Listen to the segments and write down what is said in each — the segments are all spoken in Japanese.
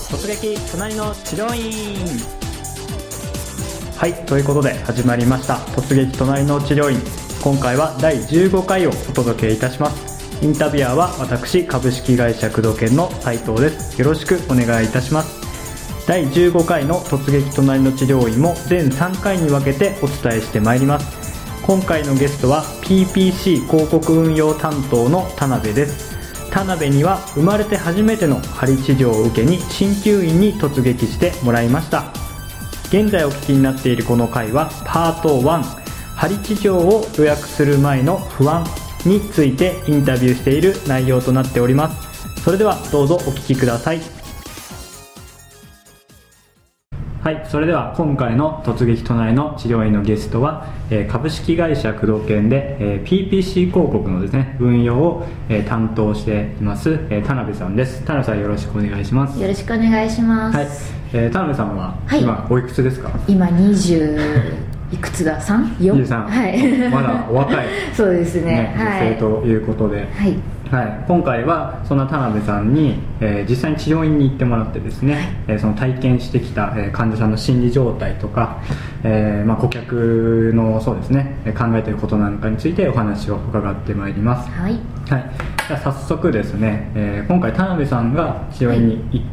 突撃隣の治療院。はい、ということで始まりました突撃隣の治療院。今回は第15回をお届けいたします。インタビュアーは私、株式会社工藤研の斉藤です。よろしくお願いいたします。第15回の突撃隣の治療院も全3回に分けてお伝えしてまいります。今回のゲストは PPC 広告運用担当の田辺です。田辺には生まれて初めての針治療を受けに鍼灸院に突撃してもらいました。現在お聞きになっているこの回はパート1、針治療を予約する前の不安についてインタビューしている内容となっております。それではどうぞお聞きください。はい、それでは今回の突撃隣の治療院のゲストは、株式会社工藤研で、PPC 広告のですね運用を、担当しています、田辺さんです。田辺さん、よろしくお願いします。 よろしくお願いします。 はい、田辺さんは今おいくつですか？ 今20いくつだ？3？4？ 23、はい、まだお若いそうですね、 女性ということで、はいはい、今回はそんな田辺さんに、実際に治療院に行ってもらってですね、その体験してきた、患者さんの心理状態とか、顧客のそうですね考えていることなんかについてお話を伺ってまいります。はい、はい、じゃあ早速ですね、今回田辺さんが治療院に行って、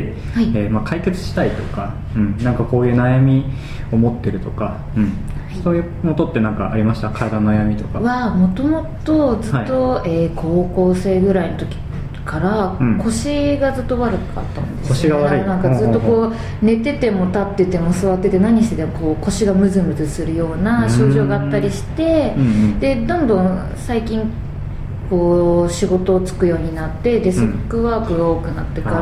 はい解決したいとか、なんかこういう悩みを持ってるとか、そういうことって何かありました？体の悩みとかはもともとずっと、高校生ぐらいの時から腰がずっと悪かったんですね。腰が悪い。 なんかずっとこう寝てても立ってても座ってて何しててもこう腰がムズムズするような症状があったりして、でどんどん最近こう仕事をつくようになってデスクワークが多くなってから、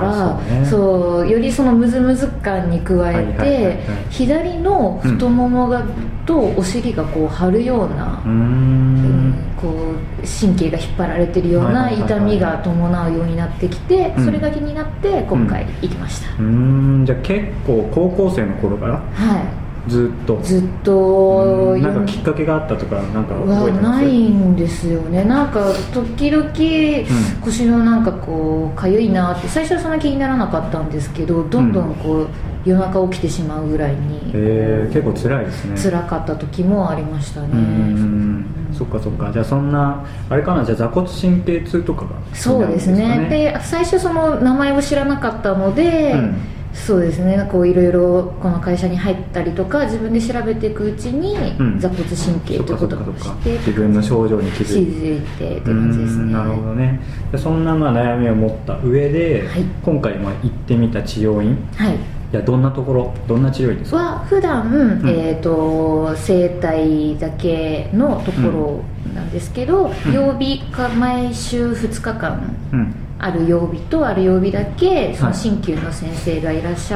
そうよりそのムズムズ感に加えて、左の太ももがとお尻がこう張るような、こう神経が引っ張られてるような痛みが伴うようになってきて、それが気になって今回行きました。 じゃあ結構高校生の頃から、ずっとなんかきっかけがあったとかなんか覚えてます？ ないんですよね。なんか時々腰のなんかこうかゆいなって最初はそんな気にならなかったんですけど、どんどんこう夜中起きてしまうぐらいに、 結構辛いですね。 辛かった時もありましたね。 そっかそっか。じゃあそんなあれかな、じゃあ座骨神経痛とかが、 そうですね。で最初その名前を知らなかったので、そうですね、こういろいろこの会社に入ったりとか自分で調べていくうちに、座骨神経ということを知って自分の症状に気づいてって感じですね。 なるほどね。そんな悩みを持った上で、今回行ってみた治療院、いやどんな治療院ですか？ は普段、整体だけのところなんですけど、曜日か毎週2日間、ある曜日とある曜日だけその鍼灸の先生がいらっしゃって、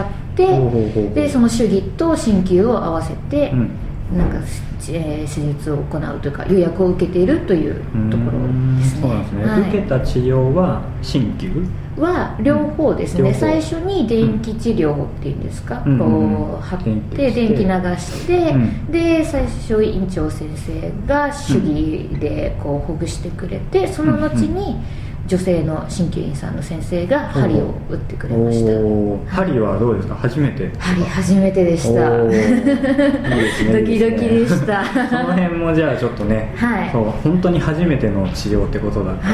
でその手技と鍼灸を合わせて、なんか施術を行うというか予約を受けているというところですね。 そうなんですね。受けた治療は鍼灸は両方ですね。最初に電気治療っていうんですか、こう貼って電気流して、で最初院長先生が手技でこうほぐしてくれて、その後に女性の鍼灸院さんの先生が針を打ってくれました。 針はどうですか？初めて？ 針初めてでした。いいですね。ドキドキでした。 その辺もじゃあちょっとね、そう本当に初めての治療ってことだから、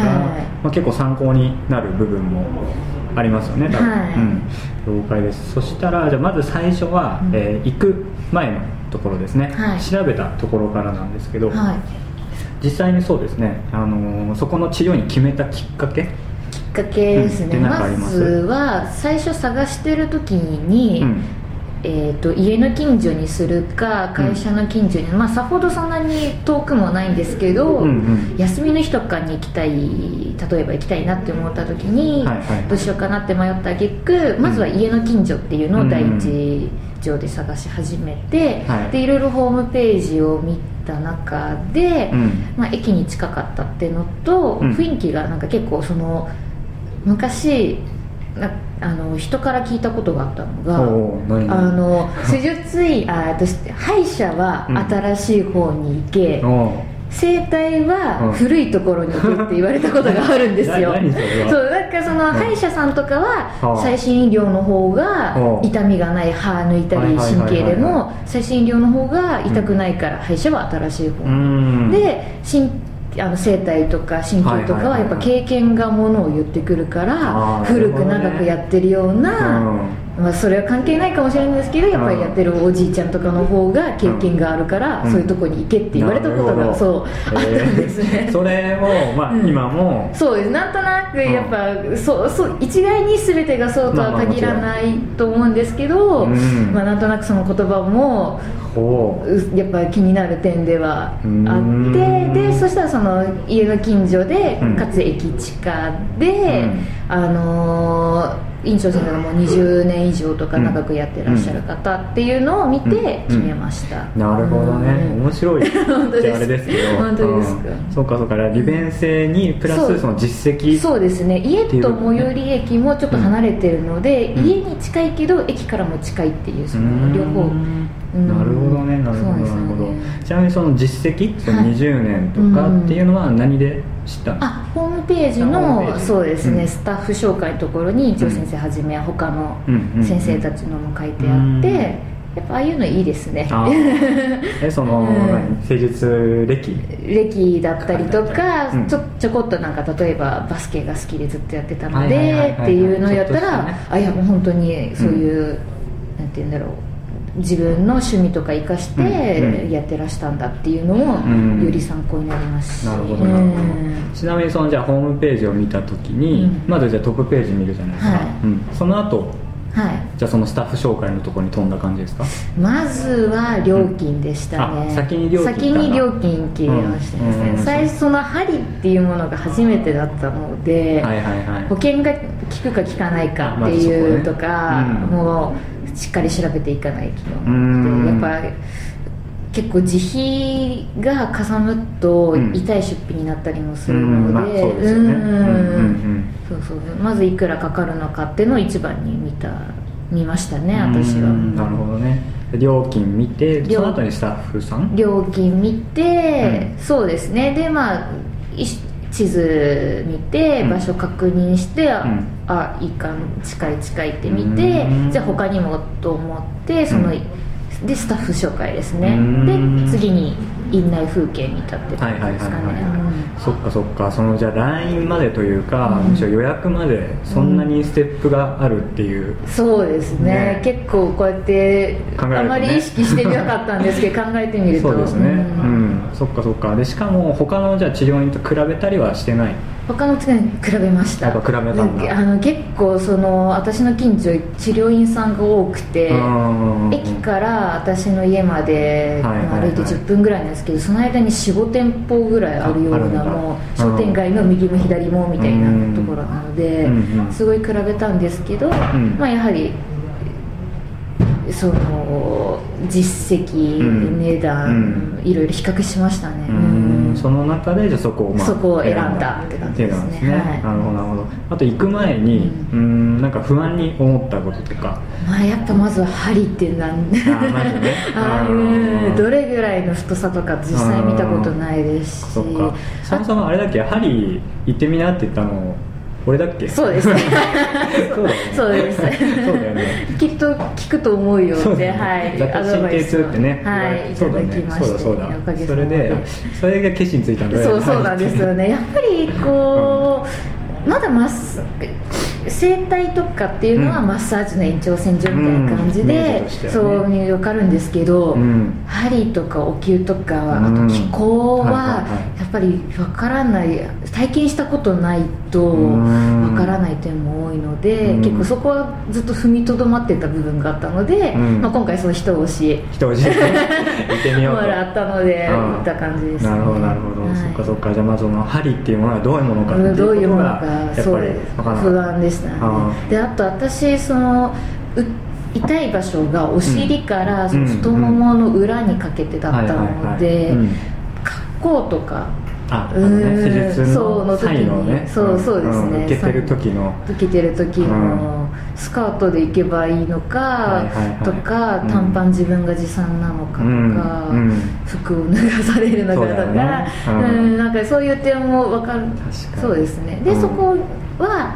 結構参考になる部分もありますよね。了解です。そしたらじゃあまず最初は、行く前のところですね、調べたところからなんですけど、実際にそうですね、そこの治療に決めたきっかけですね、まずは最初探してる時に、家の近所にするか会社の近所に、さほどそんなに遠くもないんですけど、休みの日とかに例えば行きたいなって思った時に、どうしようかなって迷った挙句、まずは家の近所っていうのを第一上で探し始めて、でいろいろホームページを見た中で、駅に近かったっていうのと、雰囲気がなんか結構その昔人から聞いたことがあったのが、施術医歯医者は新しい方に行け、整体は古いところに行けって言われたことがあるんですよ。そうなんかその歯医者さんとかは最新医療の方が痛みがない、歯抜いたり神経でも最新医療の方が痛くないから歯医者は新しい方で、生体とか神経とかはやっぱ経験がものを言ってくるから、古く長くやってるような、それは関係ないかもしれないんですけど、やっぱりやってるおじいちゃんとかの方が経験があるから、そういうとこに行けって言われたことがそうあったんですね。 それも今もそうです。なんとなくやっぱそう一概に全てがそうとは限らないと思うんですけど、なんとなくその言葉もやっぱり気になる点ではあって、でそしたらその家の近所で、かつ駅近で、院長先生がもう20年以上とか長くやってらっしゃる方っていうのを見て決めました。 なるほどね、面白いってあれですけど本当ですか。 そうかそうか、利便性にプラスその実績、 そうですね、家と最寄り駅もちょっと離れてるので、家に近いけど駅からも近いっていう、その両方。 なるほどね、なるほどなるほど。ちなみにその実績、その20年とかっていうのは何で知ったんですか？ ホームページのそうですね、スタッフ紹介のところに一応先生はじめ他の先生たちのも書いてあって、やっぱああいうのいいですね。 その施術歴だったりとか、ちょこっとなんか例えばバスケが好きでずっとやってたのでっていうのをやったら、いやもう本当にそういう、なんて言うんだろう、自分の趣味とか生かしてやってらしたんだっていうのもより参考になりますし。 なるほどなるほど。ちなみにそのじゃあホームページを見た時に、まずじゃあトップページ見るじゃないですか、その後じゃあそのスタッフ紹介のところに飛んだ感じですか？まずは料金でしたね。 先に料金切りましたね。最初その針っていうものが初めてだったので、保険が効くか効かないかっていうとか、もうしっかり調べていかないと思って、やっぱ結構自費がかさむと痛い出費になったりもするので、まずいくらかかるのかっていうのを一番に見ましたね、私は。 なるほどね。料金見て、その後にスタッフさん料金見て、そうですね。で地図見て場所確認して、いいか近いって見て、じゃあ他にもと思ってでスタッフ紹介ですね。で次に院内風景に立ってたんですかね。 そっかそっか。そのじゃあ LINE までというか、むしろ予約までそんなにステップがあるっていう、 そうですね。結構こうやってあまり意識してみなかったんですけど考えてみるとそうですね。そっかそっか。でしかも他のじゃあ治療院と比べたりはしてない？ 他の治療院比べました。 やっぱ比べたんだ。 結構私の近所治療院さんが多くて、駅から私の家まで歩いて10分ぐらいなんですけど、その間に 4,5 店舗ぐらいあるような、もう商店街の右も左もみたいなところなので、すごい比べたんですけど、やはりその実績、値段、いろいろ比較しましたね。 その中でじゃあそこを選んだって感じですね。 なるほどなるほど。あと行く前になんか不安に思ったこととか。 やっぱまずは針っていうのはまずねどれぐらいの太さとか実際見たことないですし。 そっか。そもそもあれだっけ、針行ってみなって言ったの俺だっけ？ そうですね。そうです。 そうだよね。 きっと聞くと思うよって、 アドバイスってね、 いただきまして、 そうだ。それが決心ついたんだよね。 そうなんですよね。やっぱりこうまだ整体とかっていうのはマッサージの延長線上みたいな感じで、そう分かるんですけど、針とかお灸とか、あと気功はやっぱり分からない、体験したことないと分からない点も多いので、結構そこはずっと踏みとどまってた部分があったので、今回その一押し行ってみようともらったので行った感じですね。 なるほどなるほど。そっかそっか。じゃあまず針っていうものはどういうものかっていうことがやっぱり不安でしたね。であと私痛い場所がお尻からその太ももの裏にかけてだったので、格好とか施術の際のね、 そうですね、 受けてる時のスカートで行けばいいのかとか、短パン自分が持参なのかとか、服を脱がされるのかとか、なんかそういう点も分かる。そうですね。でそこは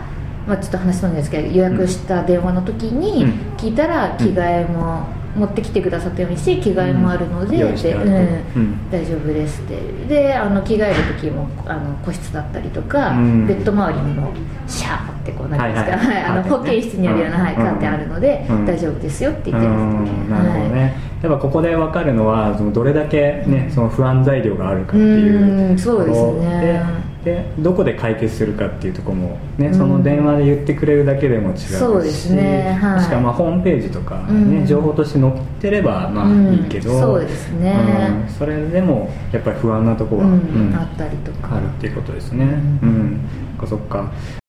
ちょっと話したんですけど、予約した電話の時に聞いたら、着替えも持ってきてくださったようにして着替えもあるので、大丈夫ですってで着替える時も個室だったりとか、ベッド周りにもシャーってこうなんですか、保健室にあるような、カーテンあるので、大丈夫ですよって言ってます。 なるほどね。やっぱここで分かるのはどれだけねその不安材料があるかっていうそうですね。 でどこで解決するかっていうところもね、その電話で言ってくれるだけでも違うし、 そうですね、はい、 しかもホームページとかね、情報として載ってればいいけど、 そうですね、 それでもやっぱり不安なところが、 あったりとかあるっていうことですね。そっか。